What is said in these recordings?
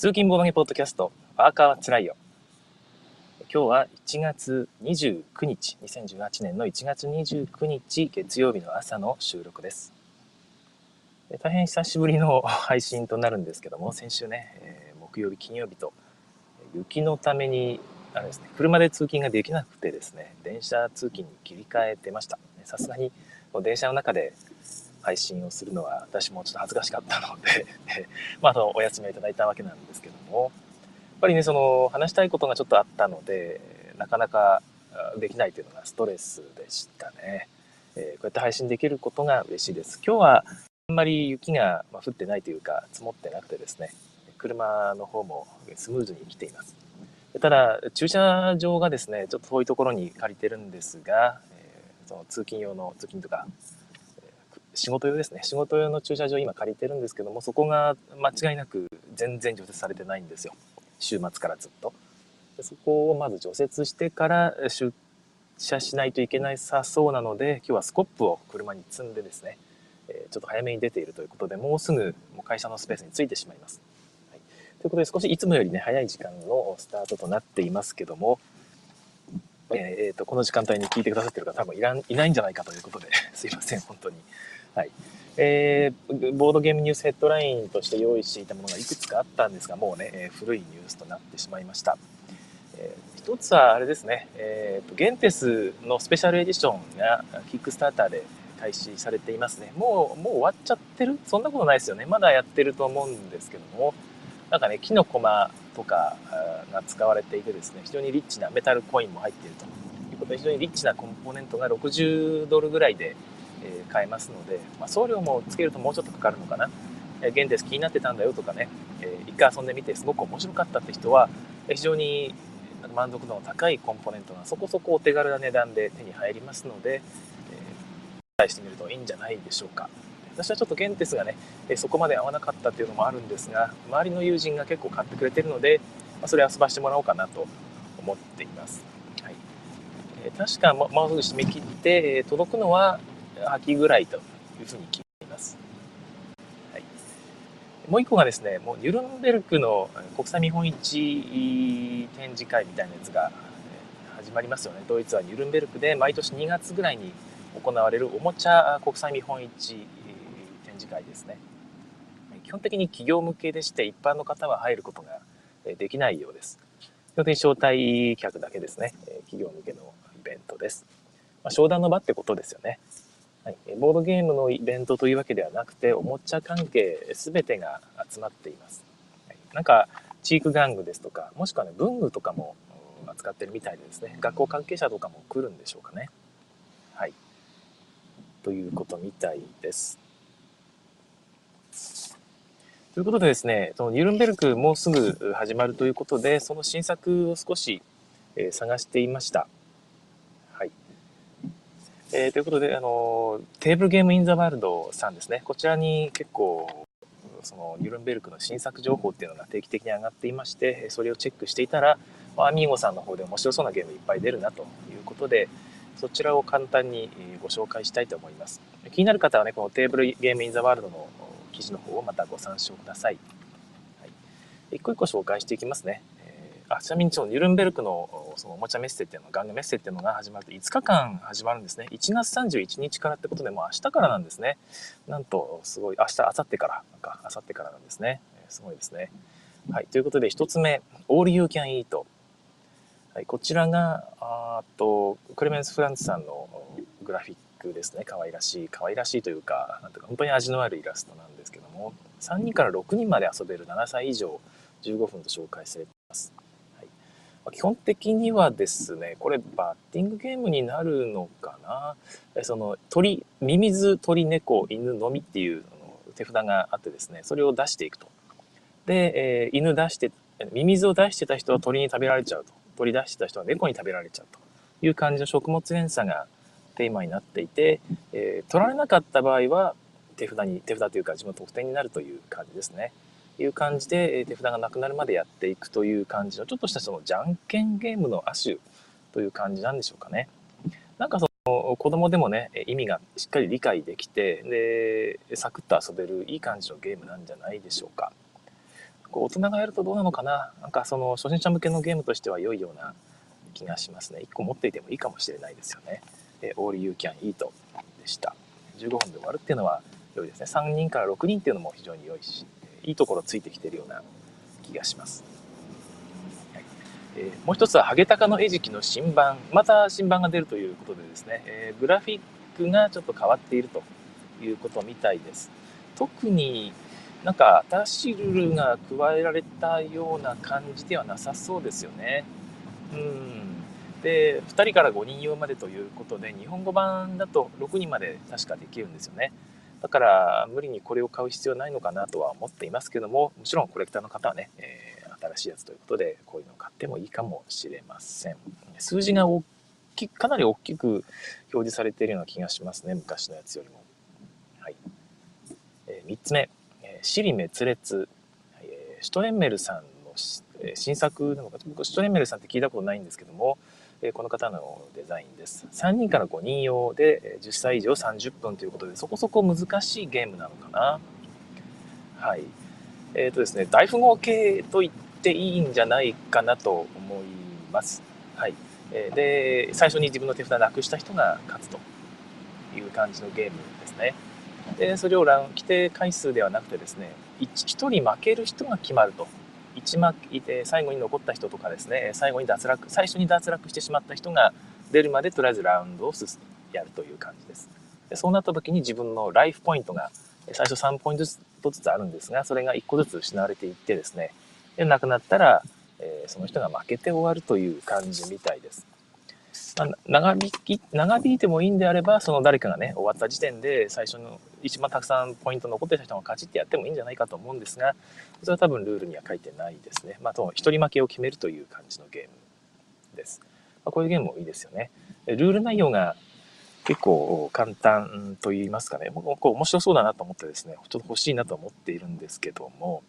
通勤ボードゲポッドキャスト、パーカーはつらいよ。今日は1月29日、2018年の1月29日月曜日の朝の収録です。大変久しぶりの配信となるんですけども、先週ね、木曜日、金曜日と雪のためにですね、車で通勤ができなくてですね、電車通勤に切り替えてました。さすがに電車の中で配信をするのは私もちょっと恥ずかしかったのでお休みをいただいたわけなんですけども、やっぱりね、話したいことがちょっとあったので、なかなかできないというのがストレスでしたね。こうやって配信できることが嬉しいです。今日はあんまり雪が降ってないというか積もってなくてですね、車の方もスムーズに来ています。ただ駐車場がですね、ちょっと遠いところに借りてるんですが、その通勤とか仕事用ですね、仕事用の駐車場今借りてるんですけども、そこが間違いなく全然除雪されてないんですよ、週末からずっと。でそこをまず除雪してから出社しないといけないさそうなので、今日はスコップを車に積んでですね、ちょっと早めに出ているということで、もうすぐもう会社のスペースに着いてしまいます。はい、ということで、少しいつもよりね早い時間のスタートとなっていますけども、この時間帯に聞いてくださってる方多分いないんじゃないかということですいません本当に。はい。ボードゲームニュースヘッドラインとして用意していたものがいくつかあったんですが、もうね、古いニュースとなってしまいました。一つはあれですね、ゲンテスのスペシャルエディションがキックスターターで開始されていますね。もう終わっちゃってる？そんなことないですよね。まだやってると思うんですけども、なんかね、木のコマとかが使われていてですね、非常にリッチなメタルコインも入っているということで、非常にリッチなコンポーネントが$60ぐらいで買えますので、送料もつけるともうちょっとかかるのかな。ゲンテス気になってたんだよとかね、一回遊んでみてすごく面白かったって人は、非常に満足度の高いコンポーネントがそこそこお手軽な値段で手に入りますので、期待してみるといいんじゃないでしょうか。私はちょっとゲンテスがね、そこまで合わなかったというのもあるんですが、周りの友人が結構買ってくれてるので、それ遊ばしてもらおうかなと思っています。はい。確かもうすぐ締め切って、届くのは秋ぐらいというふうに聞いています。はい。もう一個がですね、もうニュルンベルクの国際見本市展示会みたいなやつが始まりますよね。ドイツはニュルンベルクで毎年2月ぐらいに行われるおもちゃ国際見本市展示会ですね。基本的に企業向けでして、一般の方は入ることができないようです。基本的に招待客だけですね。企業向けのイベントです。商談の場ってことですよね。はい、ボードゲームのイベントというわけではなくて、おもちゃ関係全てが集まっています。はい、なんかチーク玩具ですとか、もしくはね文具とかも扱ってるみたいでですね、学校関係者とかも来るんでしょうかね。はい、ということみたいです。ということでですね、そのニュルンベルクもうすぐ始まるということで、その新作を少し探していました。はい。ということで、テーブルゲームインザワールドさんですね。こちらに結構、そのニュルンベルクの新作情報っていうのが定期的に上がっていまして、それをチェックしていたら、アミーゴさんの方で面白そうなゲームいっぱい出るなということで、そちらを簡単にご紹介したいと思います。気になる方はね、このテーブルゲームインザワールドの記事の方をまたご参照ください。はい、一個一個紹介していきますね。ちなみにそのニュルンベルクのそのおもちゃメッセっていうの、玩具メッセっていうのが始まると5日間始まるんですね。1月31日からってことで、もう明日からなんですね。なんとすごい、明日、明後日からか、明後日からなんですね。すごいですね。はい、ということで1つ目、All You Can Eat。はい、こちらがクレメンス・フランツさんのグラフィックですね。可愛らしいというか、なんていうか本当に味のあるイラストなんですけども、3人から6人まで遊べる7歳以上15分と紹介されています。はい、基本的にはですね、これバッティングゲームになるのかな。そのミミズ、鳥、猫、犬のみっていう手札があってですね、それを出していくと。で、ミミズを出してた人は鳥に食べられちゃうと。取り出してた人は猫に食べられちゃうという感じの食物連鎖がテーマになっていて、取られなかった場合は手札というか自分の得点になるという感じですね。いう感じで手札がなくなるまでやっていくという感じのちょっとしたそのじゃんけんゲームの亜種という感じなんでしょうかね。なんかその子供でもね意味がしっかり理解できて、でサクッと遊べるいい感じのゲームなんじゃないでしょうか。 大人がやるとどうなのかな。なんかその初心者向けのゲームとしては良いような気がしますね。1個持っていてもいいかもしれないですよね。All You Can Eat でした。15分で終わるっていうのは良いですね。3人から6人っていうのも非常に良いし、いいところついてきているような気がします。もう一つはハゲタカの餌食の新版、また新版が出るということでですね、グラフィックがちょっと変わっているということみたいです。特になんか新しいルールが加えられたような感じではなさそうですよね。で、2人から5人用までということで、日本語版だと6人まで確かできるんですよね。だから無理にこれを買う必要ないのかなとは思っていますけども、もちろんコレクターの方はね、新しいやつということでこういうのを買ってもいいかもしれません。数字がかなり大きく表示されているような気がしますね、昔のやつよりも。はい。3つ目、支離滅裂、シュトレンメルさんの新作なのか、僕シュトレンメルさんって聞いたことないんですけども、この方のデザインです。3人から5人用で10歳以上30分ということで、そこそこ難しいゲームなのかな。はい。ですね、大富豪系と言っていいんじゃないかなと思います。はい。で、最初に自分の手札なくした人が勝つという感じのゲームですね。で、それを規定回数ではなくてですね、1人負ける人が決まると。最後に残った人とかですね、最初に脱落してしまった人が出るまでとりあえずラウンドをやるという感じです。でそうなった時に自分のライフポイントが最初3ポイントずつあるんですが、それが1個ずつ失われていってですね、でなくなったら、その人が負けて終わるという感じみたいです。長引いてもいいんであれば、その誰かがね、終わった時点で最初の一番たくさんポイント残ってた人が勝ちってやってもいいんじゃないかと思うんですが、それは多分ルールには書いてないですね。一人負けを決めるという感じのゲームです。こういうゲームもいいですよね。ルール内容が結構簡単と言いますかね、僕も面白そうだなと思ってですね、ちょっと欲しいなと思っているんですけども、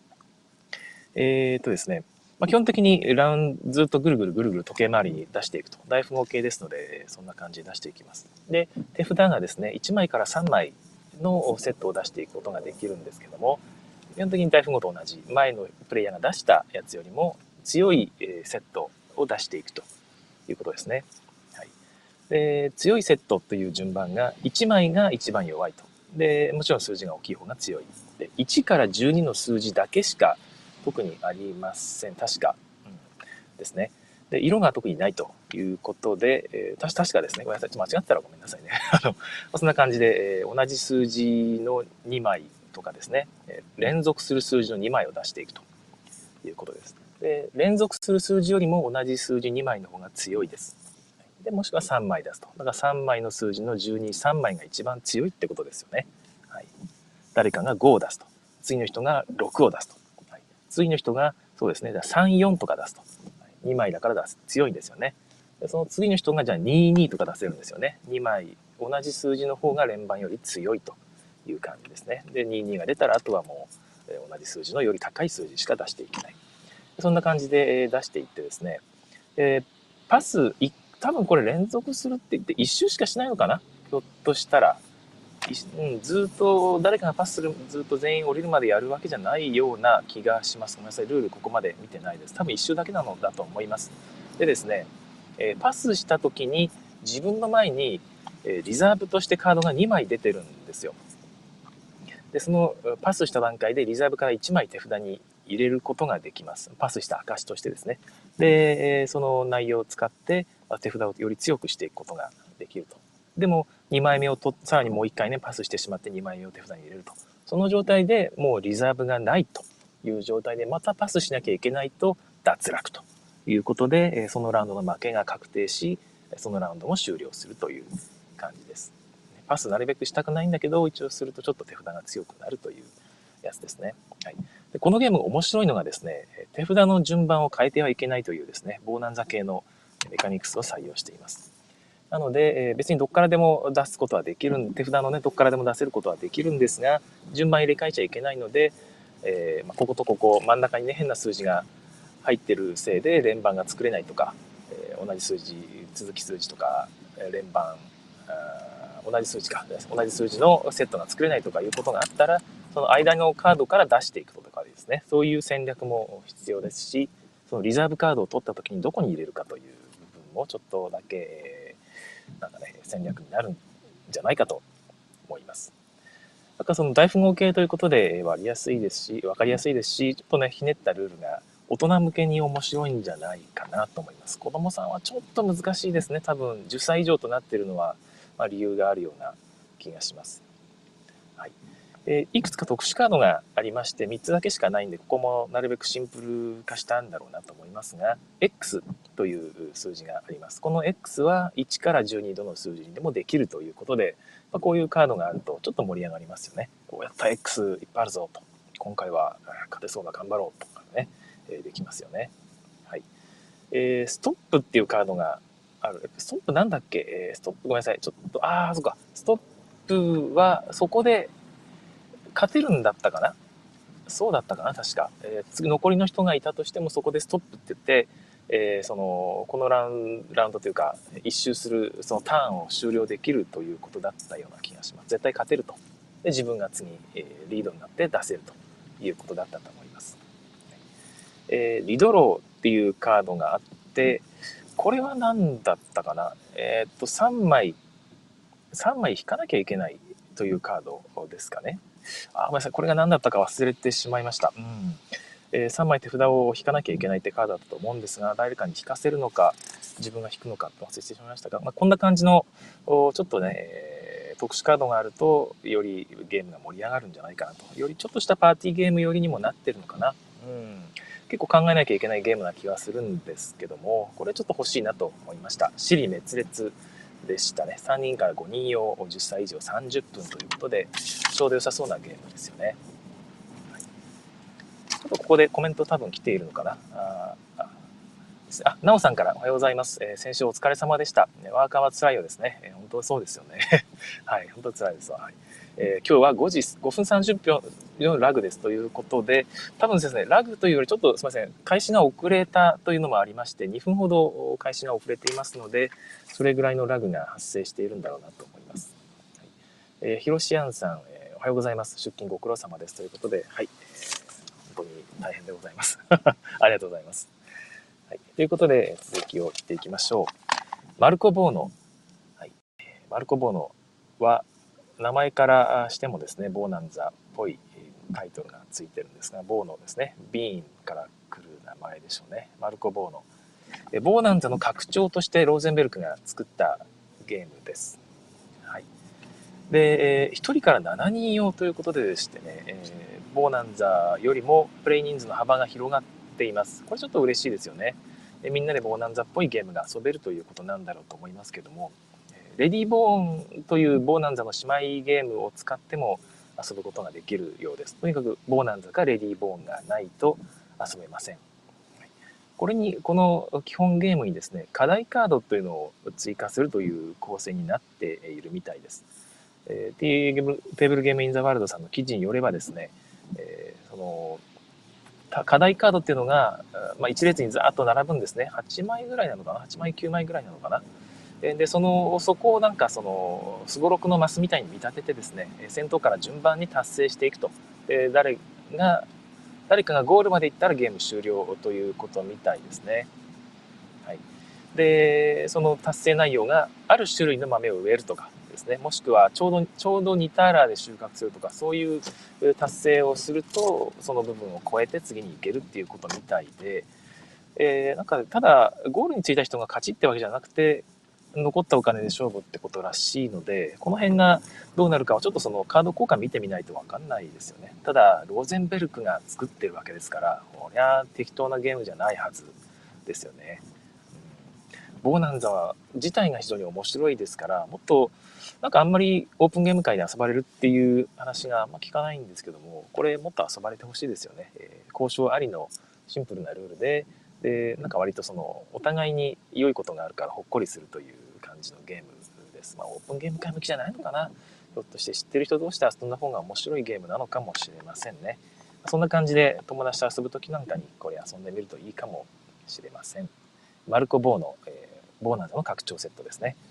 ですね、基本的にずっとぐるぐる時計回りに出していくと。大富豪系ですので、そんな感じで出していきます。で、手札がですね、1枚から3枚のセットを出していくことができるんですけども、基本的に大富豪と同じ、前のプレイヤーが出したやつよりも強いセットを出していくということですね。はい。で、強いセットという順番が、1枚が一番弱いと。で、もちろん数字が大きい方が強い。で、1から12の数字だけしか特にありません。確か。ですね。で、色が特にないということで、確かですね。ごめんなさい。間違ってたらごめんなさいね。そんな感じで、同じ数字の2枚とかですね、連続する数字の2枚を出していくということです。で、連続する数字よりも同じ数字2枚の方が強いです。で、もしくは3枚出すと。だから3枚の数字の12、3枚が一番強いってことですよね。はい。誰かが5を出すと。次の人が6を出すと。はい、次の人が、そうですね、じゃあ3、4とか出すと。2枚だから出す。強いんですよね。でその次の人がじゃあ2、2とか出せるんですよね。2枚、同じ数字の方が連番より強いという感じですね。で、2、2が出たら、あとはもう、同じ数字のより高い数字しか出していけない。そんな感じで出していってですね、パス、多分これ連続するって言って1周しかしないのかな、ひょっとしたら。ずっと誰かがパスする、ずっと全員降りるまでやるわけじゃないような気がします。ごめんなさい、ルールここまで見てないです。多分1周だけなのだと思います。でですね、パスした時に自分の前にリザーブとしてカードが2枚出てるんですよ。で、そのパスした段階でリザーブから1枚手札に入れることができます。パスした証としてですね。で、その内容を使って手札をより強くしていくことができると。でも2枚目をさらにもう1回ね、パスしてしまって2枚目を手札に入れると。その状態でもうリザーブがないという状態で、またパスしなきゃいけないと脱落ということで、そのラウンドの負けが確定し、そのラウンドも終了するという感じです。パスなるべくしたくないんだけど、一応するとちょっと手札が強くなるというやつですね。はい、でこのゲーム面白いのがですね、手札の順番を変えてはいけないというですね、ボーナンザ系のメカニクスを採用しています。なので、別にどっからでも出すことはできる、手札のね、どっからでも出せることはできるんですが、順番入れ替えちゃいけないので、こことここ、真ん中にね、変な数字が入ってるせいで連番が作れないとか、同じ数字、続き数字とか、連番、同じ数字のセットが作れないとかいうことがあったら、 その間のカードから出していくとかですね、そういう戦略も必要ですし、そのリザーブカードを取った時にどこに入れるかという部分もちょっとだけなんかね戦略になるんじゃないかと思います。だからその大富豪系ということで割りやすいですし、分かりやすいですし、ちょっとねひねったルールが大人向けに面白いんじゃないかなと思います。子供さんはちょっと難しいですね。多分10歳以上となっているのは、理由があるような気がします。はい。いくつか特殊カードがありまして3つだけしかないんで、ここもなるべくシンプル化したんだろうなと思いますが、 X という数字があります。この X は1から12度の数字にでもできるということで、こういうカードがあるとちょっと盛り上がりますよね。こうやった X いっぱいあるぞと、今回は勝てそうだ頑張ろうとかね、できますよね。はい。ストップっていうカードがある。ストップなんだっけ、ストップごめんなさい。ちょっと、そっか。ストップはそこで勝てるんだったかな、そうだったかな確か。次残りの人がいたとしてもそこでストップって言って、このラウンドというか一周するそのターンを終了できるということだったような気がします。絶対勝てると。で自分が次、リードになって出せるということだったと思います。リドローっていうカードがあって、これは何だったかな、3枚引かなきゃいけないというカードですかね。ごめんなさい、これが何だったか忘れてしまいました。3枚手札を引かなきゃいけないってカードだったと思うんですが、誰かに引かせるのか自分が引くのか忘れてしまいましたが、こんな感じのちょっとね、特殊カードがあるとよりゲームが盛り上がるんじゃないかなと、よりちょっとしたパーティーゲーム寄りにもなってるのかな。結構考えなきゃいけないゲームな気がするんですけども、これちょっと欲しいなと思いました。支離滅裂でしたね。3人から5人用10歳以上30分ということで、ちょうど良さそうなゲームですよね。ちょっとここでコメント多分来ているのかな。なおさんからおはようございます。先週お疲れ様でした。ワーカーは辛いようですね。本当そうですよね。はい、本当辛いですわ。はい。今日は5分30秒のラグですということで、多分ですね、ラグというよりちょっとすみません、開始が遅れたというのもありまして、2分ほど開始が遅れていますので、それぐらいのラグが発生しているんだろうなと思います。はい。ひろしあんさん、おはようございます。出勤ご苦労様ですということで、はい。本当に大変でございます。ありがとうございます。はい、ということで続きを切っていきましょう。マルコ・ボーノ、はい、マルコ・ボーノは名前からしてもですね、ボーナンザっぽいタイトルがついてるんですが、ボーノですね、ビーンから来る名前でしょうね。マルコ・ボーノ、ボーナンザの拡張としてローゼンベルクが作ったゲームです。はい。で、1人から7人用ということでしてね、ボーナンザよりもプレイ人数の幅が広がっています。これちょっと嬉しいですよね。みんなでボーナンザっぽいゲームが遊べるということなんだろうと思いますけども、レディーボーンというボーナンザの姉妹ゲームを使っても遊ぶことができるようです。とにかくボーナンザかレディーボーンがないと遊べません。この基本ゲームにですね、課題カードというのを追加するという構成になっているみたいです。テーブルゲームインザワールドさんの記事によればですね、その課題カードっていうのが、一列にざーっと並ぶんですね。8枚ぐらいなのかな、8枚9枚ぐらいなのかな。でそこをなんかそのすごろくのマスみたいに見立ててですね、先頭から順番に達成していくと。で誰かがゴールまで行ったらゲーム終了ということみたいですね。はい。でその達成内容がある種類の豆を植えるとかですね、もしくはちょうど2ターラーで収穫するとか、そういう達成をするとその部分を超えて次に行けるっていうことみたいで、なんかただゴールに着いた人が勝ちってわけじゃなくて、残ったお金で勝負ってことらしいので、この辺がどうなるかはちょっとそのカード効果見てみないと分かんないですよね。ただローゼンベルクが作ってるわけですから、こりゃ適当なゲームじゃないはずですよね。ボーナンザ自体が非常に面白いですから、もっとなんかあんまりオープンゲーム界で遊ばれるっていう話があんま聞かないんですけども、これもっと遊ばれてほしいですよね。交渉ありのシンプルなルールでなんか割とそのお互いに良いことがあるからほっこりするという感じのゲームです。オープンゲーム界向きじゃないのかな。ひょっとして知ってる人同士で遊んだ方が面白いゲームなのかもしれませんね。そんな感じで友達と遊ぶ時なんかにこれ遊んでみるといいかもしれません。マルコ・ボーノ、ボーナンザの拡張セットですね。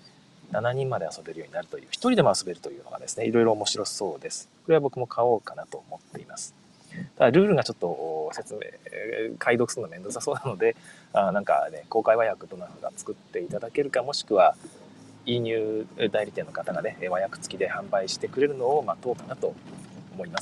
7人まで遊べるようになるという、1人でも遊べるというのがですね、いろいろ面白そうです。これは僕も買おうかなと思っています。ただルールがちょっと解読するのめんどくさそうなので、なんかね、公開和訳どなたか作っていただけるか、もしくは e 入代理店の方がね、和訳付きで販売してくれるのを待とうかなと思います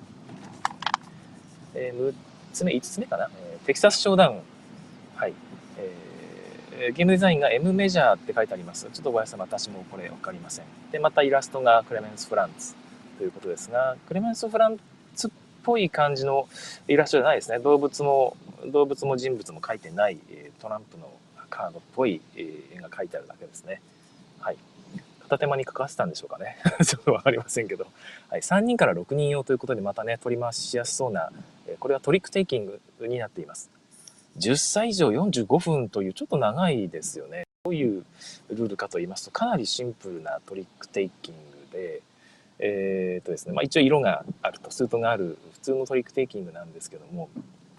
。6つ目、5つ目かな、テキサスショーダウン。はい。ゲームデザインが M メジャーって書いてあります。ちょっとごめんなさい、私もこれ分かりません。で、またイラストがクレメンス・フランツということですが、クレメンス・フランツっぽい感じのイラストじゃないですね。動物も人物も書いてない、トランプのカードっぽい絵が書いてあるだけですね。はい。片手間に書かせたんでしょうかね。ちょっと分かりませんけど。はい。3人から6人用ということで、またね、取り回しやすそうな、これはトリックテイキングになっています。10歳以上45分というちょっと長いですよね。どういうルールかと言いますと、かなりシンプルなトリックテイキングで、ですね、一応色があると、スートがある普通のトリックテイキングなんですけども、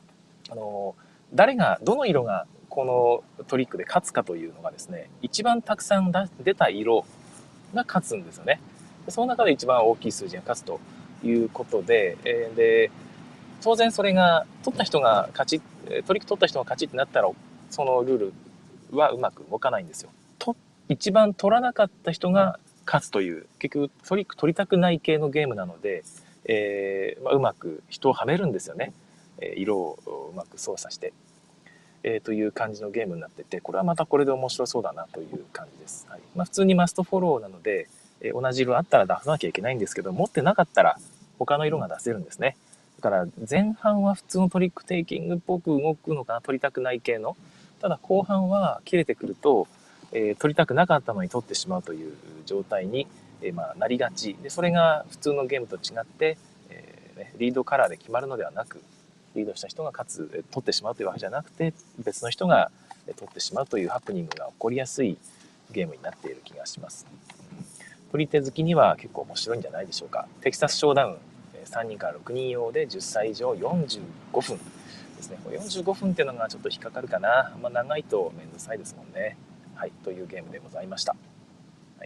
どの色がこのトリックで勝つかというのがですね、一番たくさん出た色が勝つんですよね。その中で一番大きい数字が勝つということで、当然それが取った人が勝ち、トリック取った人が勝ちってなったら、そのルールはうまく動かないんですよ。一番取らなかった人が勝つという、結局トリック取りたくない系のゲームなので、うまく人をはめるんですよね。色をうまく操作して、という感じのゲームになってて、これはまたこれで面白そうだなという感じです。はい。普通にマストフォローなので、同じ色あったら出さなきゃいけないんですけど、持ってなかったら他の色が出せるんですね。だから前半は普通のトリックテイキングっぽく動くのかな、取りたくない系の。ただ後半は切れてくると、取りたくなかったのに取ってしまうという状態に、なりがちで、それが普通のゲームと違って、リードカラーで決まるのではなく、リードした人が勝つ、取ってしまうというわけじゃなくて、別の人が取ってしまうというハプニングが起こりやすいゲームになっている気がします。取り手好きには結構面白いんじゃないでしょうか。テキサスショーダウン、3人から6人用で10歳以上45分ですね。45分っていうのがちょっと引っかかるかな。長いとめんどくさいですもんね。はい、というゲームでございました。はい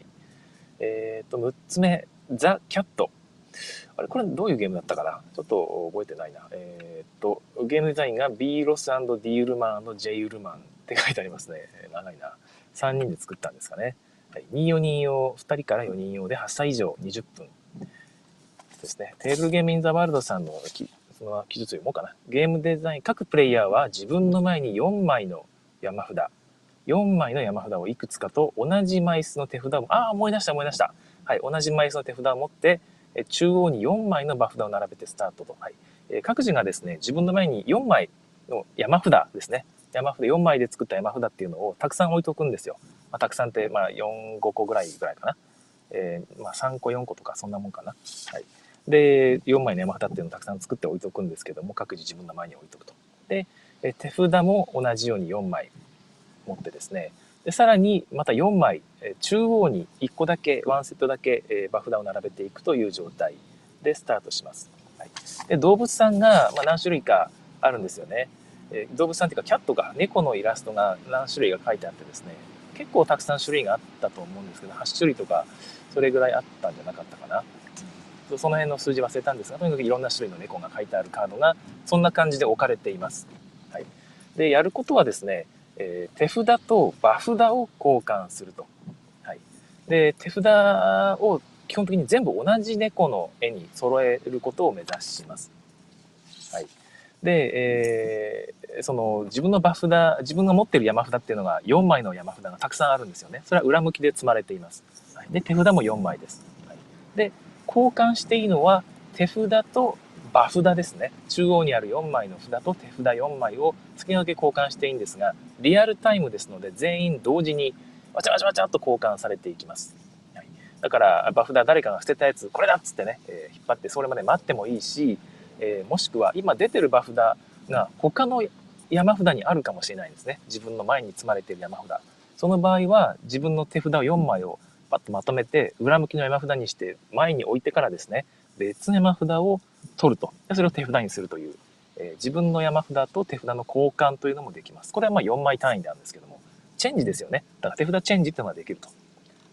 、6つ目、ザ・キャット。あれ、これどういうゲームだったかな、ちょっと覚えてないな。ゲームデザインが B ロス&ディールマン&J ウルマンって書いてありますね。長いな。3人で作ったんですかね。はい、2、4人用、2人から4人用で8歳以上20分ですね。テーブルゲームインザワールドさんのその記述読もうかな。ゲームデザイン、各プレイヤーは自分の前に4枚の山札、4枚の山札をいくつかと同じ枚数の手札を、思い出した。はい、同じ枚数の手札を持って、中央に4枚の場札を並べてスタートと。はい、各自がですね、自分の前に4枚の山札ですね。山札4枚で作った山札っていうのをたくさん置いとくんですよ。たくさんって、4、5個ぐらいかな。3個、4個とかそんなもんかな。はい。で、4枚の山札っていうのをたくさん作って置いとくんですけども、各自自分の前に置いとくと。で、手札も同じように4枚持ってですね、でさらにまた4枚中央に1個だけ1セットだけ場札を並べていくという状態でスタートします。はい、で動物さんが何種類かあるんですよね。動物さんっていうかキャットが、猫のイラストが何種類が書いてあってですね、結構たくさん種類があったと思うんですけど、8種類とかそれぐらいあったんじゃなかったかな。その辺の数字忘れたんですが、とにかくいろんな種類の猫が書いてあるカードがそんな感じで置かれています。はい、でやることはですね、手札と場札を交換すると。はい、で手札を基本的に全部同じ猫の絵に揃えることを目指します。はい、で、その自分の場札、自分が持っている山札っていうのが4枚の山札がたくさんあるんですよね。それは裏向きで積まれています。はい、で手札も4枚です。はい、で交換していいのは手札と場札ですね。中央にある4枚の札と手札4枚を好きなだけ交換していいんですが、リアルタイムですので全員同時にわちゃわちゃわちゃっと交換されていきます。はい、だから場札誰かが捨てたやつこれだっつってね、引っ張ってそれまで待ってもいいし、もしくは今出てる場札が他の山札にあるかもしれないんですね。自分の前に積まれている山札。その場合は自分の手札4枚をパッとまとめて裏向きの山札にして前に置いてからですね、別の山札を取ると。それを手札にするという、自分の山札と手札の交換というのもできます。これは4枚単位なんですけども、チェンジですよね。だから手札チェンジっていうのができると。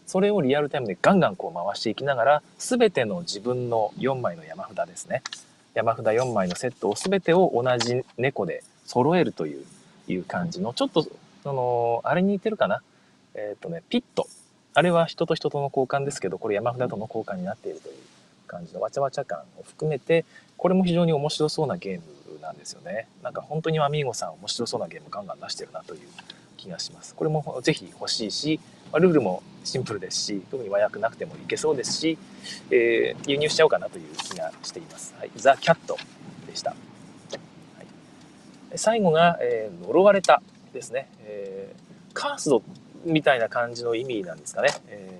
それをリアルタイムでガンガンこう回していきながら、全ての自分の4枚の山札ですね。山札4枚のセットを全てを同じ猫で揃えるという感じの、ちょっと、あれに似てるかな。ピット。あれは人と人との交換ですけど、これ山札との交換になっているという感じのわちゃわちゃ感を含めて、これも非常に面白そうなゲームなんですよね。なんか本当にアミーゴさん面白そうなゲームガンガン出してるなという気がします。これもぜひ欲しいし、ルールもシンプルですし、特に和訳なくてもいけそうですし、輸入しちゃおうかなという気がしています。はい、ザ・キャットでした。はい、最後が、呪われたですね。カースドみたいな感じの意味なんですかね。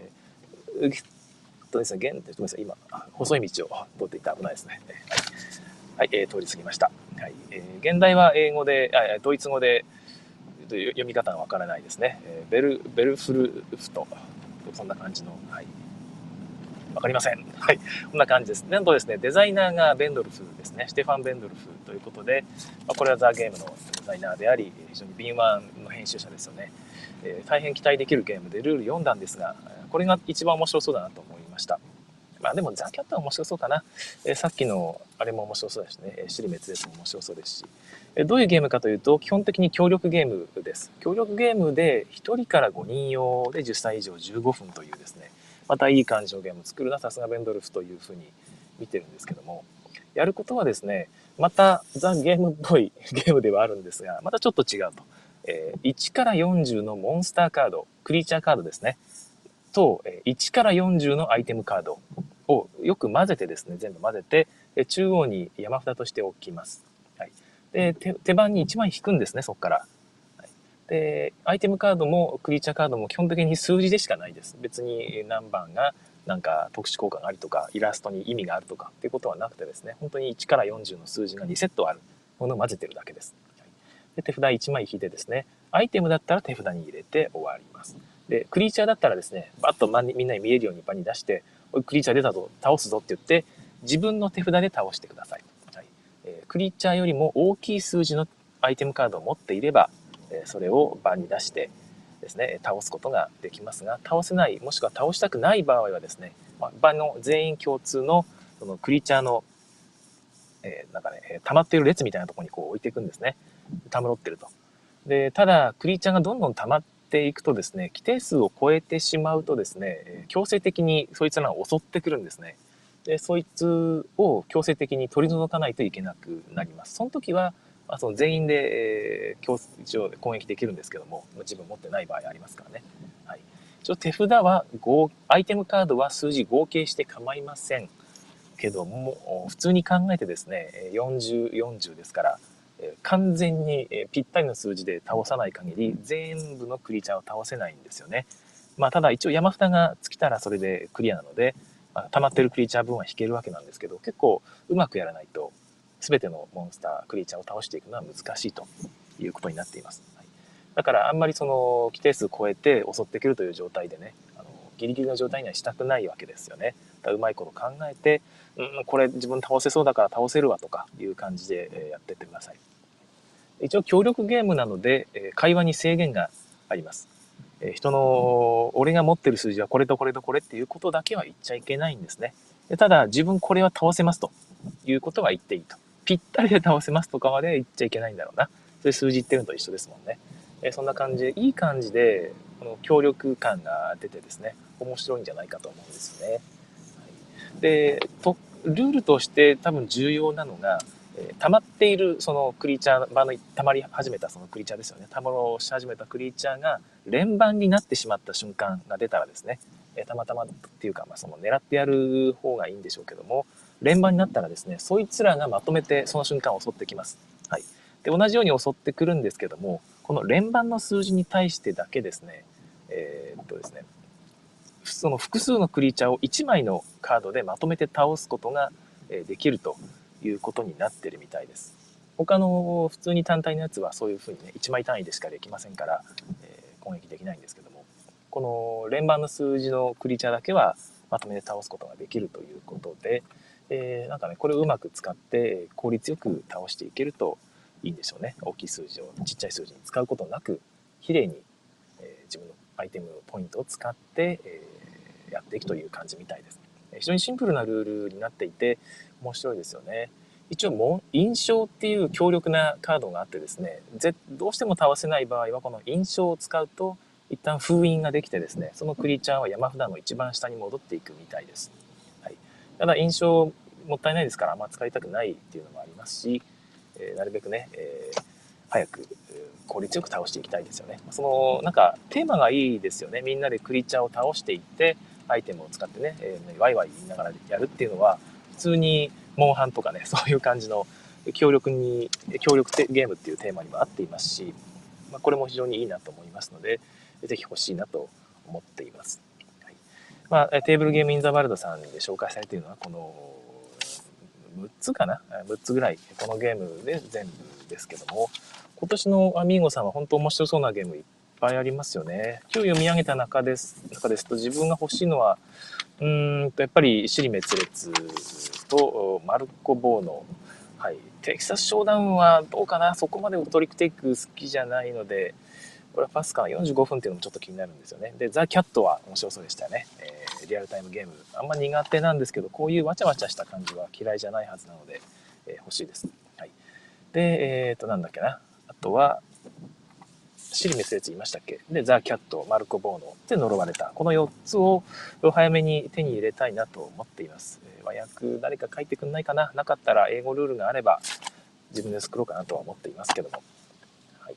ですね、ごめんなさい、今、細い道を通っていた危ないですね。はい、通り過ぎました。はい、現代は英語で、ドイツ語で、読み方がわからないですね。ベルフルフト、そんな感じの、はい。わかりません。はい。こんな感じです。なんとですね、デザイナーがベンドルフですね。ステファン・ベンドルフということで、これはザ・ゲームのデザイナーであり、非常に敏腕の編集者ですよね。大変期待できるゲームでルール読んだんですが、これが一番面白そうだなと思いました。まあでもザ・キャットは面白そうかな。さっきのあれも面白そうですね。尻滅裂も面白そうですし。どういうゲームかというと、基本的に協力ゲームです。協力ゲームで1人から5人用で10歳以上15分というですね、またいい感じのゲームを作るのはさすがベンドルフというふうに見てるんですけども、やることはですね、またザ・ゲームっぽいゲームではあるんですが、またちょっと違うと。1から40のモンスターカード、クリーチャーカードですね。と、1から40のアイテムカードをよく混ぜてですね、全部混ぜて、中央に山札として置きます。はい、で手番に1枚引くんですね、そこから。はい、で、アイテムカードもクリーチャーカードも基本的に数字でしかないです。別に何番がなんか特殊効果がありとか、イラストに意味があるとかっていうことはなくてですね、本当に1から40の数字が2セットあるものを混ぜてるだけです。はい、で手札1枚引いてですね、アイテムだったら手札に入れて終わります。で、クリーチャーだったらですね、バッとみんなに見えるように場に出して、クリーチャー出たぞ、倒すぞって言って、自分の手札で倒してください。はい、クリーチャーよりも大きい数字のアイテムカードを持っていれば、それを場に出してですね、倒すことができますが、倒せない、もしくは倒したくない場合はですね、場の全員共通のそのクリーチャーの、なんかね、溜まっている列みたいなところにこう置いていくんですね。たむろってると。で、ただ、クリーチャーがどんどん溜まっていくとですね、規定数を超えてしまうとですね、強制的にそいつらが襲ってくるんですね。で、そいつを強制的に取り除かないといけなくなります。その時は、その全員で、一応攻撃できるんですけども、自分持ってない場合ありますからね。はい。一応手札はアイテムカードは数字合計して構いませんけども、普通に考えてですね、40、40ですから、完全にぴったりの数字で倒さない限り全部のクリーチャーを倒せないんですよね。まあ、ただ一応山札が尽きたらそれでクリアなので、溜まってるクリーチャー分は引けるわけなんですけど、結構うまくやらないと全てのモンスタークリーチャーを倒していくのは難しいということになっています。はい、だからあんまりその規定数超えて襲ってくるという状態でね、ギリギリの状態にはしたくないわけですよね。だうまいこと考えて、これ自分倒せそうだから倒せるわとかいう感じでやってってください。一応協力ゲームなので会話に制限があります。人の俺が持ってる数字はこれとこれとこれっていうことだけは言っちゃいけないんですね。でただ自分これは倒せますということは言っていいと。ぴったりで倒せますとかまで言っちゃいけないんだろうな。そういう数字言ってるのと一緒ですもんね。そんな感じでいい感じでこの協力感が出てですね、面白いんじゃないかと思うんですよね。はい、でルールとして多分重要なのが、溜まっているそのクリーチャー、場の溜まり始めたそのクリーチャーですよね。溜まろうし始めたクリーチャーが連番になってしまった瞬間が出たらですね、たまたまっていうか、その狙ってやる方がいいんでしょうけども、連番になったらですね、そいつらがまとめてその瞬間を襲ってきます。はい。で、同じように襲ってくるんですけども、この連番の数字に対してだけですね、ですね、その複数のクリーチャーを1枚のカードでまとめて倒すことができるということになってるみたいです。他の普通に単体のやつはそういうふうにね、1枚単位でしかできませんから、攻撃できないんですけども、この連番の数字のクリーチャーだけはまとめて倒すことができるということで、なんかね、これをうまく使って効率よく倒していけるといいんでしょうね。大きい数字をちっちゃい数字に使うことなく、綺麗に自分のアイテムポイントを使って、やっていくという感じみたいです。非常にシンプルなルールになっていて面白いですよね。一応印象っていう強力なカードがあってですね、どうしても倒せない場合はこの印象を使うと一旦封印ができてですね、そのクリーチャーは山札の一番下に戻っていくみたいです。はい、ただ印象もったいないですからあんま使いたくないっていうのもありますし、なるべくね、早く効率よく倒していきたいですよね。そのなんかテーマがいいですよね。みんなでクリーチャーを倒していってアイテムを使ってね、ワイワイ言いながらやるっていうのは普通にモンハンとかね、そういう感じの協力ゲームっていうテーマにも合っていますし、これも非常にいいなと思いますので、ぜひ欲しいなと思っています。テーブルゲームインザワールドさんで紹介されているのはこの6つかな、6つぐらいこのゲームで全部ですけども、今年のアミーゴさんは本当面白そうなゲームいっぱいありますよね。今日読み上げた中ですと自分が欲しいのはやっぱり尻滅裂とマルコ・ボーノ、はい、テキサスショーダウンはどうかな、そこまでトリックテイク好きじゃないので、これはパスかな、45分っていうのもちょっと気になるんですよね。で、ザ・キャットは面白そうでしたよね。リアルタイムゲーム。あんま苦手なんですけど、こういうわちゃわちゃした感じは嫌いじゃないはずなので、欲しいです。はい。で、なんだっけな。あとは、尻滅裂言いましたっけ。で、ザ・キャット、マルコ・ボーノで呪われた。この4つを早めに手に入れたいなと思っています。和訳誰か書いてくんないかな。なかったら英語ルールがあれば自分で作ろうかなとは思っていますけども。はい、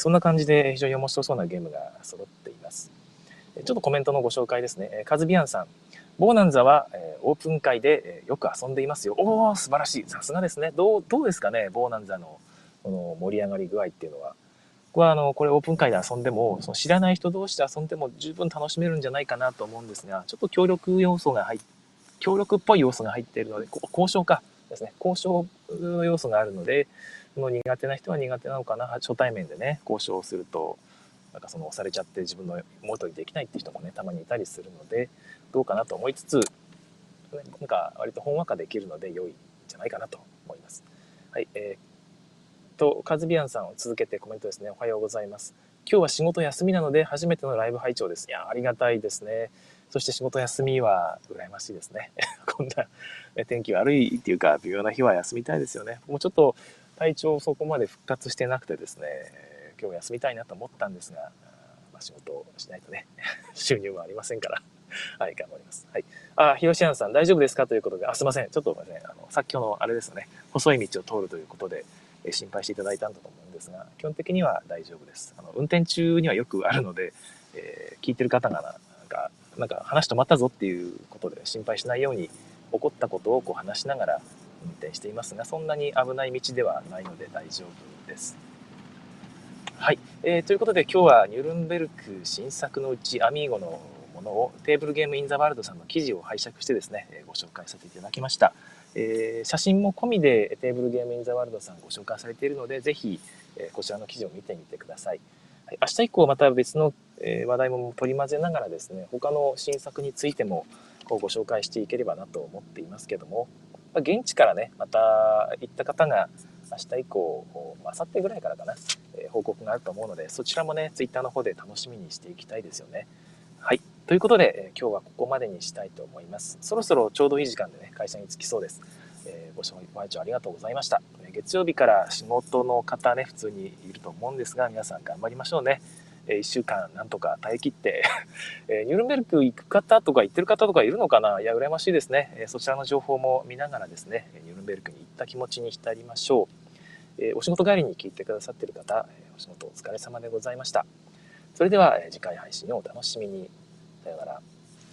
そんな感じで非常に面白そうなゲームが揃っています。ちょっとコメントのご紹介ですね。カズビアンさん。ボーナンザはオープン会でよく遊んでいますよ。おー、素晴らしい。さすがですね。どうですかね、ボーナンザのこの盛り上がり具合っていうのは。僕はこれオープン会で遊んでも、その知らない人同士で遊んでも十分楽しめるんじゃないかなと思うんですが、ちょっと協力っぽい要素が入っているので、交渉かですね。交渉の要素があるので、その苦手な人は苦手なのかな。初対面でね、交渉すると、なんかその押されちゃって自分の元にできないっていう人もね、たまにいたりするので、どうかなと思いつつ、なんか割とほんわかできるので良いんじゃないかなと思います。はい、カズビアンさんを続けてコメントですね。おはようございます。今日は仕事休みなので初めてのライブ拝聴です。いや、ありがたいですね。そして仕事休みは羨ましいですね。こんな天気悪いっていうか微妙な日は休みたいですよね。もうちょっと体調そこまで復活してなくてですね、今日休みたいなと思ったんですが、仕事をしないとね、収入もありませんから。はい、頑張ります。はい。ひろしあんさん、大丈夫ですかということで、すいません。ちょっとね、さっきのあれですよね、細い道を通るということで、心配していただいたんだと思うんですが、基本的には大丈夫です。運転中にはよくあるので、聞いてる方がなんか話止まったぞっていうことで心配しないように、起こったことを話しながら運転していますが、そんなに危ない道ではないので大丈夫です。はい、ということで今日はニュルンベルク新作のうちアミーゴのものをテーブルゲームインザワールドさんの記事を拝借してですね、ご紹介させていただきました。写真も込みでテーブルゲームインザワールドさんご紹介されているので、ぜひこちらの記事を見てみてください。はい、明日以降また別の話題も取り混ぜながらですね、他の新作についてもご紹介していければなと思っていますけども、現地からね、また行った方が明日以降、明後日ぐらいからかな、報告があると思うので、そちらもね、ツイッターの方で楽しみにしていきたいですよね。はい。ということで、今日はここまでにしたいと思います。そろそろちょうどいい時間でね、会社に着きそうです。ご拝聴ありがとうございました。月曜日から仕事の方ね、普通にいると思うんですが、皆さん頑張りましょうね。1週間なんとか耐え切ってニュルンベルク行く方とか行ってる方とかいるのかな。いや、羨ましいですね。そちらの情報も見ながらですね、ニュルンベルクに行った気持ちに浸りましょう。お仕事帰りに聞いてくださっている方、お仕事お疲れ様でございました。それでは次回配信をお楽しみに。さようなら。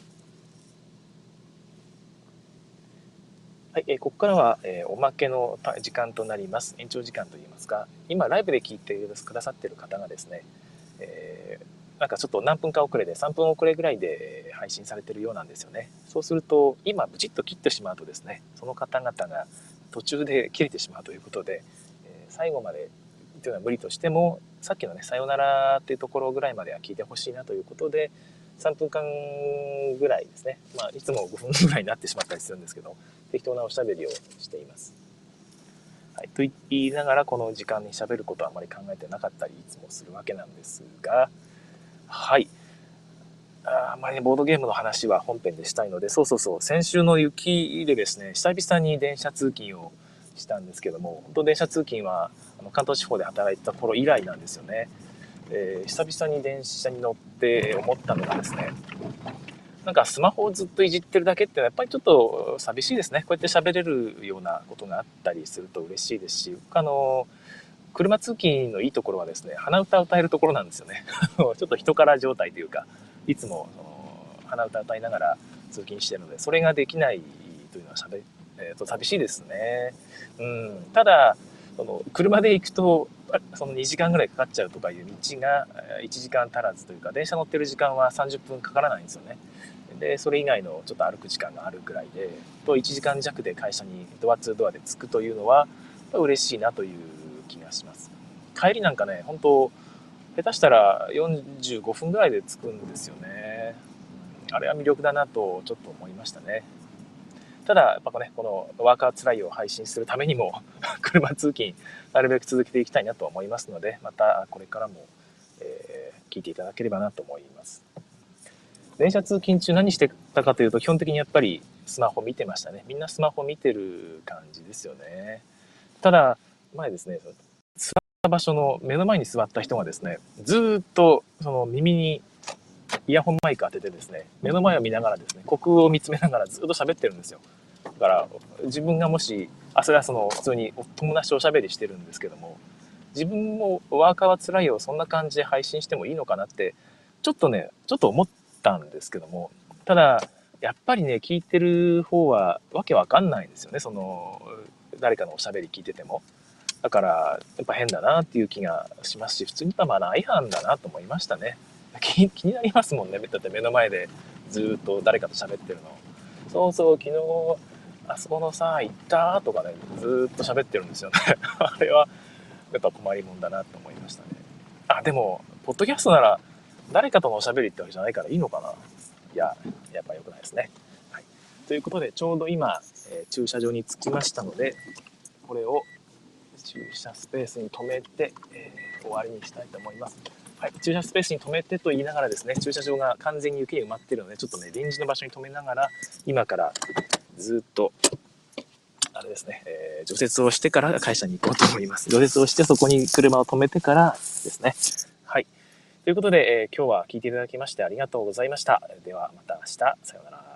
はい、ここからは、おまけの時間となります。延長時間といいますか、今ライブで聞いてくださっている方がですね、なんかちょっと何分か遅れで3分遅れぐらいで配信されているようなんですよね。そうすると今ブチッと切ってしまうとですね、その方々が途中で切れてしまうということで、最後までというのは無理としても、さっきのね、さよならっていうところぐらいまでは聞いてほしいなということで、3分間ぐらいですね、いつも5分ぐらいになってしまったりするんですけど、適当なおしゃべりをしています。はい、と言いながらこの時間にしゃべることはあまり考えてなかったりいつもするわけなんですが、 はい。あまりボードゲームの話は本編でしたいので、そうそうそう、先週の雪でですね、久々に電車通勤をしたんですけども、本当電車通勤は関東地方で働いてた頃以来なんですよね。久々に電車に乗って思ったのがですね、なんかスマホをずっといじってるだけってやっぱりちょっと寂しいですね。こうやって喋れるようなことがあったりすると嬉しいですし、車通勤のいいところはですね、鼻歌を歌えるところなんですよね。ちょっと人から状態というか、いつも鼻歌を歌いながら通勤してるので、それができないというのは寂しいですね。ただ、車で行くと、その2時間ぐらいかかっちゃうとかいう道が1時間足らずというか、電車乗ってる時間は30分かからないんですよね。で、それ以外のちょっと歩く時間があるぐらいで、1時間弱で会社にドアツードアで着くというのは、嬉しいなという気がします。帰りなんかね、本当下手したら45分ぐらいで着くんですよね。あれは魅力だなとちょっと思いましたね。ただ、やっぱね、このワーカーつらいを配信するためにも車通勤、なるべく続けていきたいなと思いますので、またこれからも、聞いていただければなと思います。電車通勤中何してたかというと、基本的にやっぱりスマホ見てましたね。みんなスマホ見てる感じですよね。ただ、前ですね、座った場所の目の前に座った人がですね、ずっとその耳にイヤホンマイク当ててですね、目の前を見ながらですね、虚空を見つめながらずっと喋ってるんですよ。だから自分がもし、それは普通に友達とおしゃべりしてるんですけども、自分もワーカーはつらいよ、そんな感じで配信してもいいのかなって、ちょっと思ったんですけども、ただ、やっぱりね、聞いてる方はわけわかんないんですよね、誰かのおしゃべり聞いてても。だから、やっぱ変だなっていう気がしますし、普通にマナー違反だなと思いましたね。気になりますもんね。だって目の前でずっと誰かと喋ってるの。そうそう、昨日、あそこのさ、行ったとかね、ずっと喋ってるんですよね。あれは、やっぱ困りもんだなと思いましたね。でも、ポッドキャストなら、誰かとのおしゃべりってわけじゃないからいいのかな。いや、やっぱ良くないですね。はい。ということで、ちょうど今、駐車場に着きましたので、これを駐車スペースに止めて、終わりにしたいと思います。はい、駐車スペースに止めてと言いながらですね、駐車場が完全に雪に埋まっているので、ちょっとね、臨時の場所に止めながら、今からずっと、あれですね、除雪をしてから会社に行こうと思います。除雪をしてそこに車を止めてからですね。はい。ということで、今日は聞いていただきましてありがとうございました。ではまた明日、さようなら。